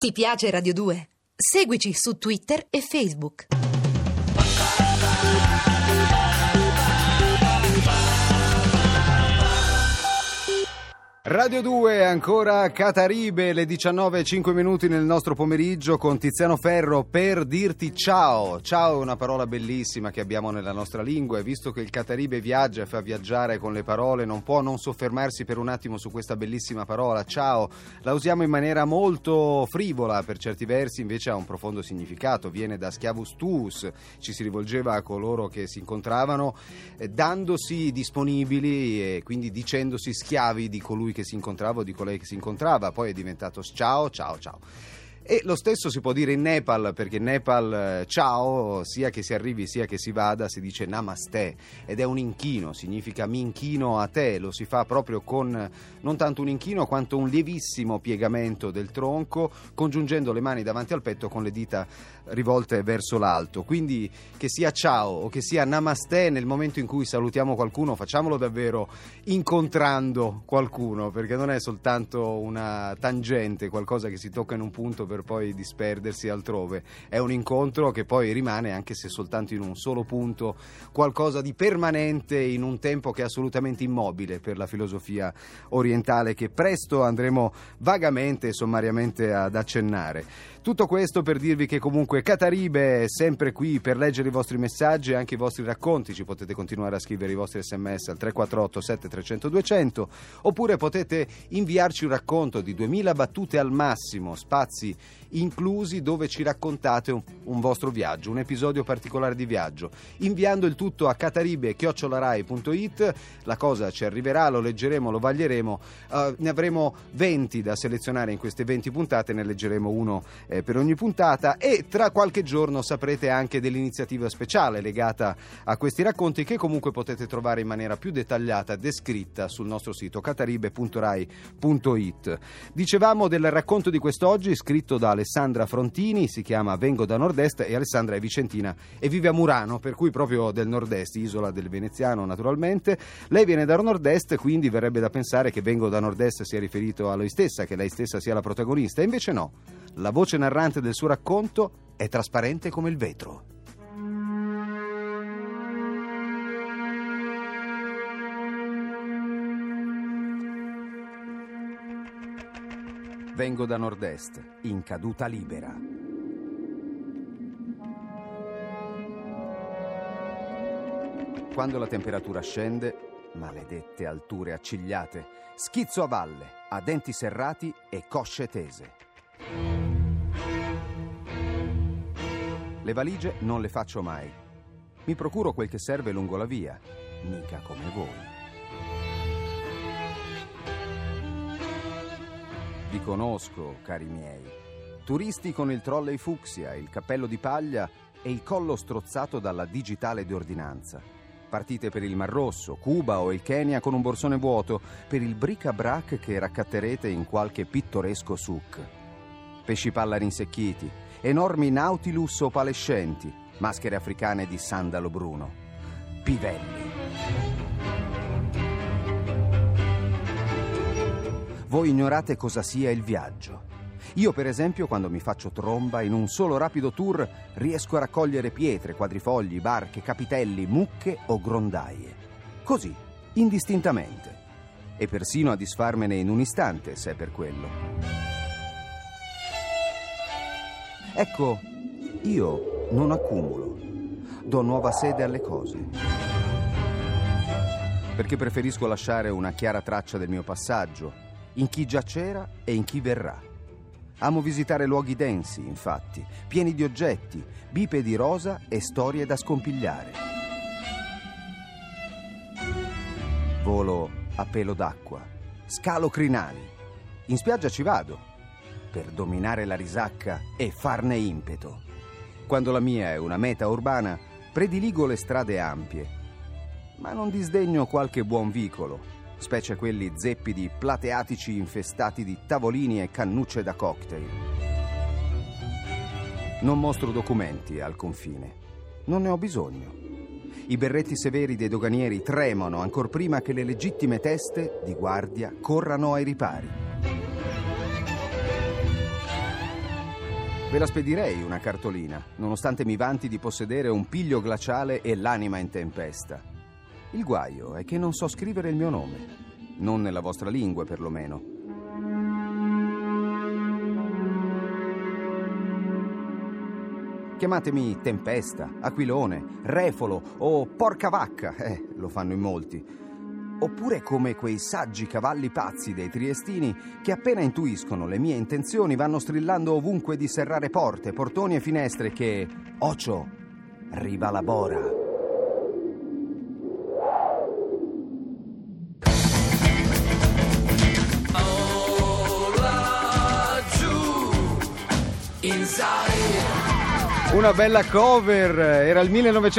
Ti piace Radio 2? Seguici su Twitter e Facebook. Radio 2, ancora Cataribe, le 19:05 nel nostro pomeriggio con Tiziano Ferro per dirti ciao. Ciao è una parola bellissima che abbiamo nella nostra lingua e visto che il Cataribe viaggia e fa viaggiare con le parole, non può non soffermarsi per un attimo su questa bellissima parola, ciao. La usiamo in maniera molto frivola, per certi versi invece ha un profondo significato, viene da schiavus tuus, ci si rivolgeva a coloro che si incontravano dandosi disponibili e quindi dicendosi schiavi di colui che si incontrava o di colei che si incontrava, poi è diventato ciao ciao ciao. E lo stesso si può dire in Nepal, perché in Nepal ciao, sia che si arrivi sia che si vada, si dice namaste ed è un inchino, significa mi inchino a te, lo si fa proprio con non tanto un inchino quanto un lievissimo piegamento del tronco, congiungendo le mani davanti al petto con le dita rivolte verso l'alto. Quindi che sia ciao o che sia namaste, nel momento in cui salutiamo qualcuno facciamolo davvero incontrando qualcuno, perché non è soltanto una tangente, qualcosa che si tocca in un punto per poi disperdersi altrove, è un incontro che poi rimane, anche se soltanto in un solo punto, qualcosa di permanente in un tempo che è assolutamente immobile per la filosofia orientale, che presto andremo vagamente e sommariamente ad accennare. Tutto questo per dirvi che comunque Cataribe è sempre qui per leggere i vostri messaggi e anche i vostri racconti. Ci potete continuare a scrivere i vostri sms al 348 7300 200 oppure potete inviarci un racconto di 2000 battute al massimo, spazi inclusi, dove ci raccontate un vostro viaggio, un episodio particolare di viaggio, inviando il tutto a cataribe@rai.it. La cosa ci arriverà, lo leggeremo, lo vaglieremo, ne avremo 20 da selezionare in queste 20 puntate, ne leggeremo uno per ogni puntata e tra qualche giorno saprete anche dell'iniziativa speciale legata a questi racconti, che comunque potete trovare in maniera più dettagliata, descritta sul nostro sito cataribe.rai.it. Dicevamo del racconto di quest'oggi scritto da Alessandra Frontini, si chiama Vengo da Nord-Est, e Alessandra è vicentina e vive a Murano, per cui proprio del Nord-Est, isola del Veneziano naturalmente. Lei viene da Nord-Est, quindi verrebbe da pensare che Vengo da Nord-Est sia riferito a lei stessa, che lei stessa sia la protagonista, e invece no. La voce narrante del suo racconto è trasparente come il vetro. Vengo da Nord-Est, in caduta libera. Quando la temperatura scende, maledette alture accigliate, schizzo a valle, a denti serrati e cosce tese. Le valigie non le faccio mai. Mi procuro quel che serve lungo la via, mica come voi. Vi conosco, cari miei. Turisti con il trolley fucsia, il cappello di paglia e il collo strozzato dalla digitale di ordinanza. Partite per il Mar Rosso, Cuba o il Kenya con un borsone vuoto, per il bric-a-brac che raccatterete in qualche pittoresco souk. Pesci palla rinsecchiti, enormi nautilus opalescenti, maschere africane di sandalo bruno, pivelli. Voi ignorate cosa sia il viaggio. Io, per esempio, quando mi faccio tromba, in un solo rapido tour riesco a raccogliere pietre, quadrifogli, barche, capitelli, mucche o grondaie. Così, indistintamente. E persino a disfarmene in un istante, se è per quello. Ecco, io non accumulo. Do nuova sede alle cose. Perché preferisco lasciare una chiara traccia del mio passaggio, in chi già c'era e in chi verrà. Amo visitare luoghi densi, infatti, pieni di oggetti, bipedi rosa e storie da scompigliare. Volo a pelo d'acqua, scalo crinali. In spiaggia ci vado, per dominare la risacca e farne impeto. Quando la mia è una meta urbana, prediligo le strade ampie, ma non disdegno qualche buon vicolo, specie quelli zeppidi plateatici infestati di tavolini e cannucce da cocktail. Non mostro documenti al confine, non ne ho bisogno. I berretti severi dei doganieri tremano ancor prima che le legittime teste di guardia corrano ai ripari. Ve la spedirei una cartolina, nonostante mi vanti di possedere un piglio glaciale e l'anima in tempesta. Il guaio è che non so scrivere il mio nome, non nella vostra lingua perlomeno. Chiamatemi Tempesta, Aquilone, Refolo o Porca Vacca, lo fanno in molti. Oppure come quei saggi cavalli pazzi dei triestini che appena intuiscono le mie intenzioni vanno strillando ovunque di serrare porte, portoni e finestre che, ocio, arriva la bora. Una bella cover, era il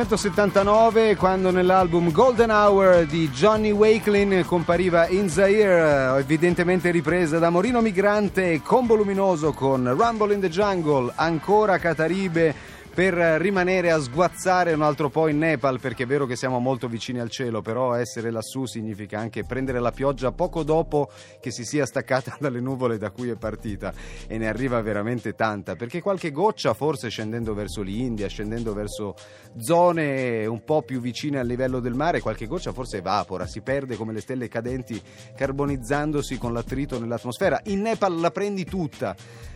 1979 quando nell'album Golden Hour di Johnny Wakelin compariva In Zaire, evidentemente ripresa da Morino Migrante, Combo Luminoso con Rumble in the Jungle, ancora Cataribe per rimanere a sguazzare un altro po' in Nepal, perché è vero che siamo molto vicini al cielo, però essere lassù significa anche prendere la pioggia poco dopo che si sia staccata dalle nuvole da cui è partita, e ne arriva veramente tanta, perché qualche goccia forse scendendo verso l'India, scendendo verso zone un po' più vicine al livello del mare, qualche goccia forse evapora, si perde come le stelle cadenti carbonizzandosi con l'attrito nell'atmosfera. In Nepal la prendi tutta.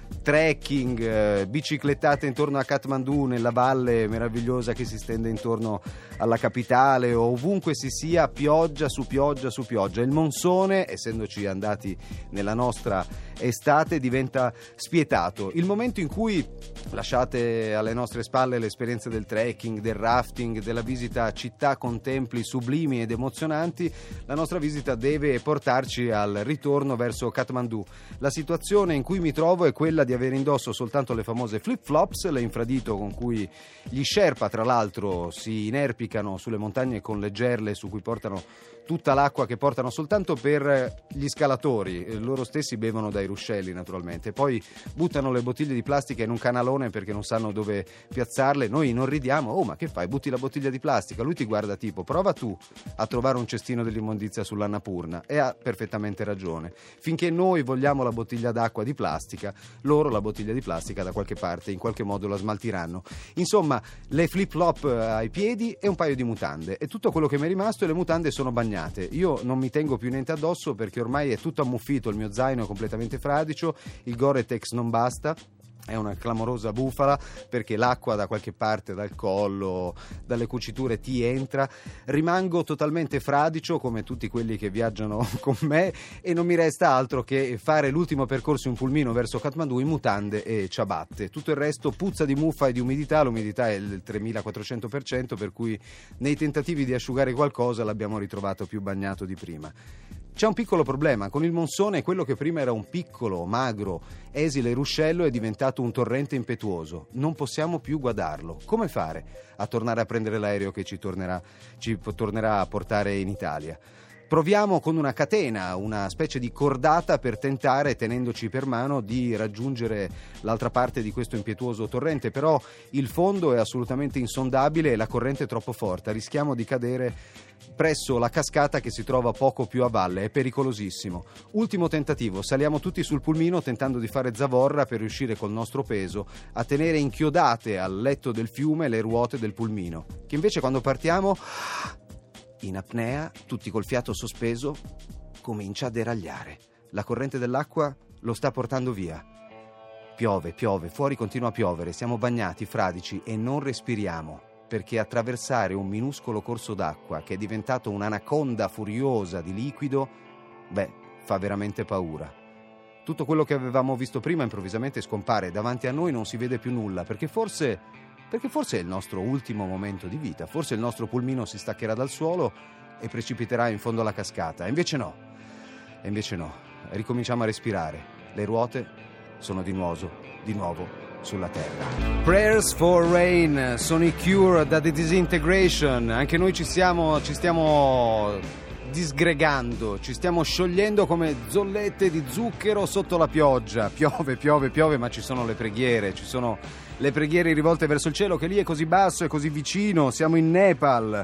Trekking, biciclettate intorno a Kathmandu, nella valle meravigliosa che si stende intorno alla capitale, o ovunque si sia, pioggia su pioggia su pioggia. Il monsone, essendoci andati nella nostra estate, diventa spietato. Il momento in cui lasciate alle nostre spalle l'esperienza del trekking, del rafting, della visita a città con templi sublimi ed emozionanti, la nostra visita deve portarci al ritorno verso Kathmandu. La situazione in cui mi trovo è quella di avere indosso soltanto le famose flip-flops, le infradito con cui gli Sherpa tra l'altro si inerpicano sulle montagne con le gerle su cui portano tutta l'acqua che portano soltanto per gli scalatori, loro stessi bevono dai ruscelli naturalmente, poi buttano le bottiglie di plastica in un canalone perché non sanno dove piazzarle. Noi non ridiamo: oh, ma che fai, butti la bottiglia di plastica? Lui ti guarda tipo: prova tu a trovare un cestino dell'immondizia sull'Annapurna, e ha perfettamente ragione. Finché noi vogliamo la bottiglia d'acqua di plastica, loro la bottiglia di plastica da qualche parte in qualche modo la smaltiranno. Insomma, le flip-flop ai piedi e un paio di mutande, e tutto quello che mi è rimasto, e le mutande sono bagnate. Io non mi tengo più niente addosso perché ormai è tutto ammuffito, il mio zaino è completamente fradicio, il Gore-Tex non basta. È una clamorosa bufala perché l'acqua da qualche parte, dal collo, dalle cuciture ti entra. Rimango totalmente fradicio come tutti quelli che viaggiano con me, e non mi resta altro che fare l'ultimo percorso in pulmino verso Kathmandu in mutande e ciabatte. Tutto il resto puzza di muffa e di umidità, l'umidità è del 3400%, per cui nei tentativi di asciugare qualcosa l'abbiamo ritrovato più bagnato di prima. C'è un piccolo problema: con il monsone quello che prima era un piccolo, magro, esile ruscello è diventato un torrente impetuoso. Non possiamo più guadarlo. Come fare a tornare a prendere l'aereo che ci tornerà a portare in Italia? Proviamo con una catena, una specie di cordata, per tentare, tenendoci per mano, di raggiungere l'altra parte di questo impetuoso torrente, però il fondo è assolutamente insondabile e la corrente è troppo forte. Rischiamo di cadere presso la cascata che si trova poco più a valle, è pericolosissimo. Ultimo tentativo, saliamo tutti sul pulmino tentando di fare zavorra per riuscire col nostro peso a tenere inchiodate al letto del fiume le ruote del pulmino, che invece quando partiamo in apnea, tutti col fiato sospeso, comincia a deragliare. La corrente dell'acqua lo sta portando via. Piove, fuori continua a piovere, siamo bagnati, fradici, e non respiriamo, perché attraversare un minuscolo corso d'acqua che è diventato un'anaconda furiosa di liquido, fa veramente paura. Tutto quello che avevamo visto prima improvvisamente scompare, davanti a noi non si vede più nulla, perché forse è il nostro ultimo momento di vita, forse il nostro pulmino si staccherà dal suolo e precipiterà in fondo alla cascata. E invece no, ricominciamo a respirare, le ruote sono di nuovo sulla terra. Prayers for Rain sono i Cure da The Disintegration. Anche noi ci stiamo disgregando, ci stiamo sciogliendo come zollette di zucchero sotto la pioggia. Piove, ma ci sono le preghiere rivolte verso il cielo, che lì è così basso e così vicino. Siamo in Nepal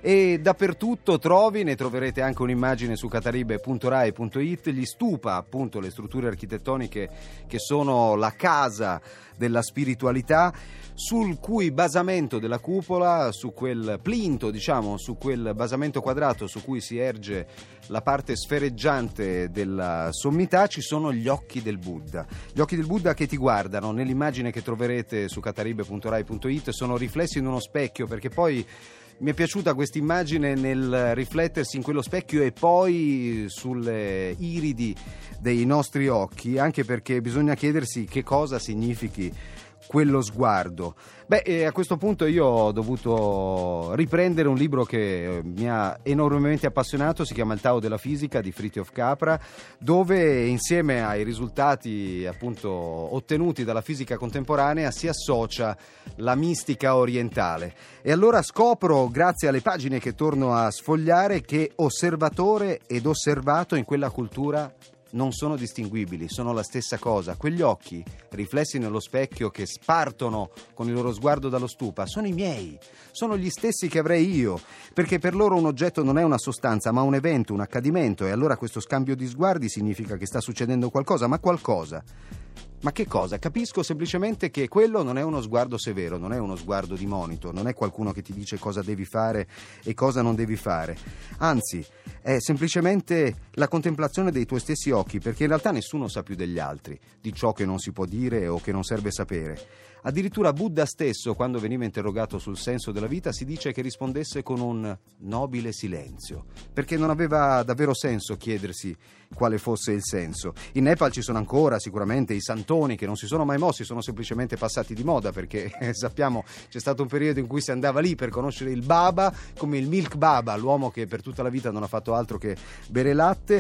e dappertutto ne troverete anche un'immagine su cataribe.rai.it. Gli stupa, appunto, le strutture architettoniche che sono la casa della spiritualità, sul cui basamento della cupola, su quel plinto, diciamo, su quel basamento quadrato su cui si erge la parte sfereggiante della sommità, ci sono gli occhi del Buddha. Gli occhi del Buddha che ti guardano. Nell'immagine che troverete su cataribe.rai.it sono riflessi in uno specchio, perché poi mi è piaciuta questa immagine nel riflettersi in quello specchio e poi sulle iridi dei nostri occhi, anche perché bisogna chiedersi che cosa significhi quello sguardo. A questo punto io ho dovuto riprendere un libro che mi ha enormemente appassionato, si chiama Il Tao della fisica di Fritjof Capra, dove insieme ai risultati appunto ottenuti dalla fisica contemporanea si associa la mistica orientale. E allora scopro, grazie alle pagine che torno a sfogliare, che osservatore ed osservato in quella cultura non sono distinguibili, sono la stessa cosa. Quegli occhi riflessi nello specchio che spartono con il loro sguardo dallo stupa sono i miei, sono gli stessi che avrei io, perché per loro un oggetto non è una sostanza ma un evento, un accadimento, e allora questo scambio di sguardi significa che sta succedendo qualcosa. Ma qualcosa? Ma che cosa? Capisco semplicemente che quello non è uno sguardo severo, non è uno sguardo di monito, non è qualcuno che ti dice cosa devi fare e cosa non devi fare. Anzi, è semplicemente la contemplazione dei tuoi stessi occhi, perché in realtà nessuno sa più degli altri, di ciò che non si può dire o che non serve sapere. Addirittura Buddha stesso, quando veniva interrogato sul senso della vita, si dice che rispondesse con un nobile silenzio, perché non aveva davvero senso chiedersi quale fosse il senso. In Nepal ci sono ancora sicuramente i santoni che non si sono mai mossi, sono semplicemente passati di moda, perché sappiamo c'è stato un periodo in cui si andava lì per conoscere il Baba, come il Milk Baba, l'uomo che per tutta la vita non ha fatto altro che bere latte,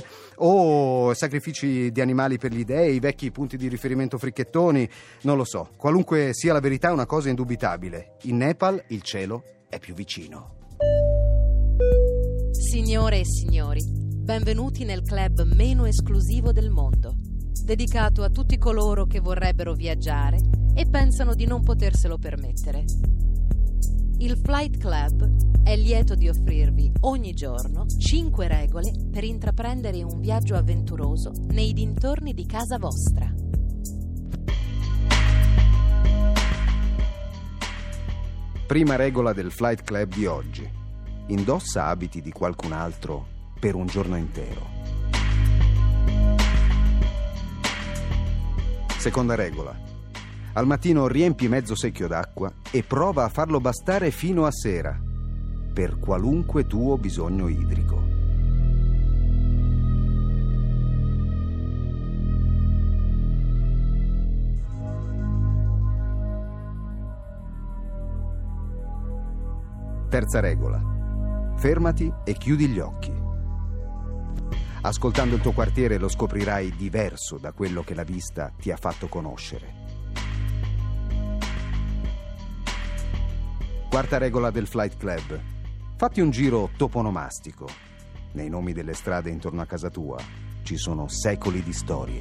o sacrifici di animali per gli dei, i vecchi punti di riferimento fricchettoni, non lo so. Qualunque sia la verità, una cosa indubitabile: in Nepal il cielo è più vicino. Signore e signori, benvenuti nel club meno esclusivo del mondo, dedicato a tutti coloro che vorrebbero viaggiare e pensano di non poterselo permettere. Il Flight Club è lieto di offrirvi ogni giorno 5 regole per intraprendere un viaggio avventuroso nei dintorni di casa vostra. Prima regola del Flight Club di oggi: indossa abiti di qualcun altro per un giorno intero. Seconda regola: al mattino riempi mezzo secchio d'acqua e prova a farlo bastare fino a sera, per qualunque tuo bisogno idrico. Terza regola: fermati e chiudi gli occhi. Ascoltando il tuo quartiere lo scoprirai diverso da quello che la vista ti ha fatto conoscere. Quarta regola del Flight Club: fatti un giro toponomastico. Nei nomi delle strade intorno a casa tua ci sono secoli di storie.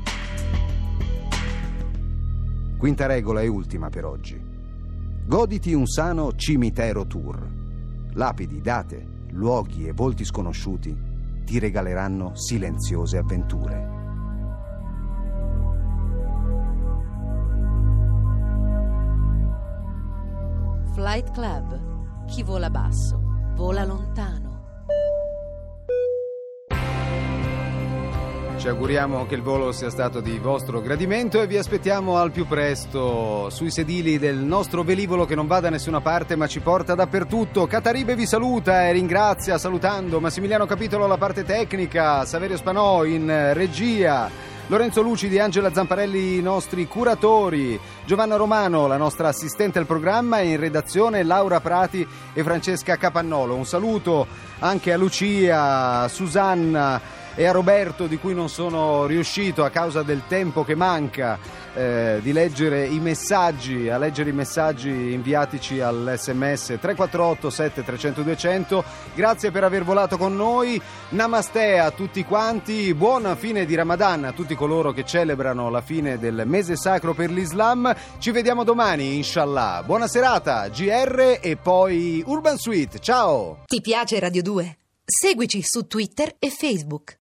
Quinta regola e ultima per oggi: goditi un sano cimitero tour. Lapidi, date, luoghi e volti sconosciuti ti regaleranno silenziose avventure. Flight Club. Chi vola basso, vola lontano. Ci auguriamo che il volo sia stato di vostro gradimento e vi aspettiamo al più presto sui sedili del nostro velivolo che non va da nessuna parte ma ci porta dappertutto. Cataribe vi saluta e ringrazia, salutando Massimiliano Capitolo alla parte tecnica, Saverio Spanò in regia, Lorenzo Lucidi, Angela Zamparelli i nostri curatori, Giovanna Romano la nostra assistente al programma, e in redazione Laura Prati e Francesca Capannolo. Un saluto anche a Lucia, a Susanna, e a Roberto, di cui non sono riuscito a causa del tempo che manca di leggere i messaggi, inviatici all'SMS 348 7300 200. Grazie per aver volato con noi. Namaste a tutti quanti, buona fine di Ramadan a tutti coloro che celebrano la fine del mese sacro per l'Islam. Ci vediamo domani, inshallah. Buona serata, GR e poi Urban Suite. Ciao! Ti piace Radio 2? Seguici su Twitter e Facebook.